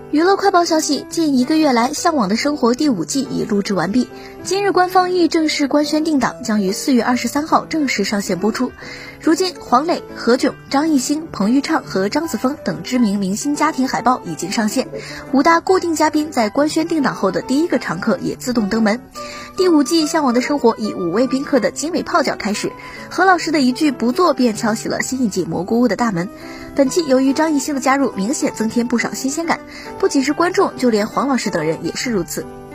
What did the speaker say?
娱乐快报消息，近1个月来，《向往的生活》第5季已录制完毕，今日官方亦正式官宣定档，将于4月23号正式上线播出。如今，黄磊、何炅、张艺兴、彭昱畅和张子枫等知名明星家庭海报已经上线，5大固定嘉宾在官宣定档后的第一个常客也自动登门。第5季《向往的生活》以5位宾客的精美泡脚开始，何老师的一句不做便敲起了新一季蘑菇屋的大门。本期由于张艺兴的加入，明显增添不少新鲜感，不仅是观众，就连黄老师等人也是如此。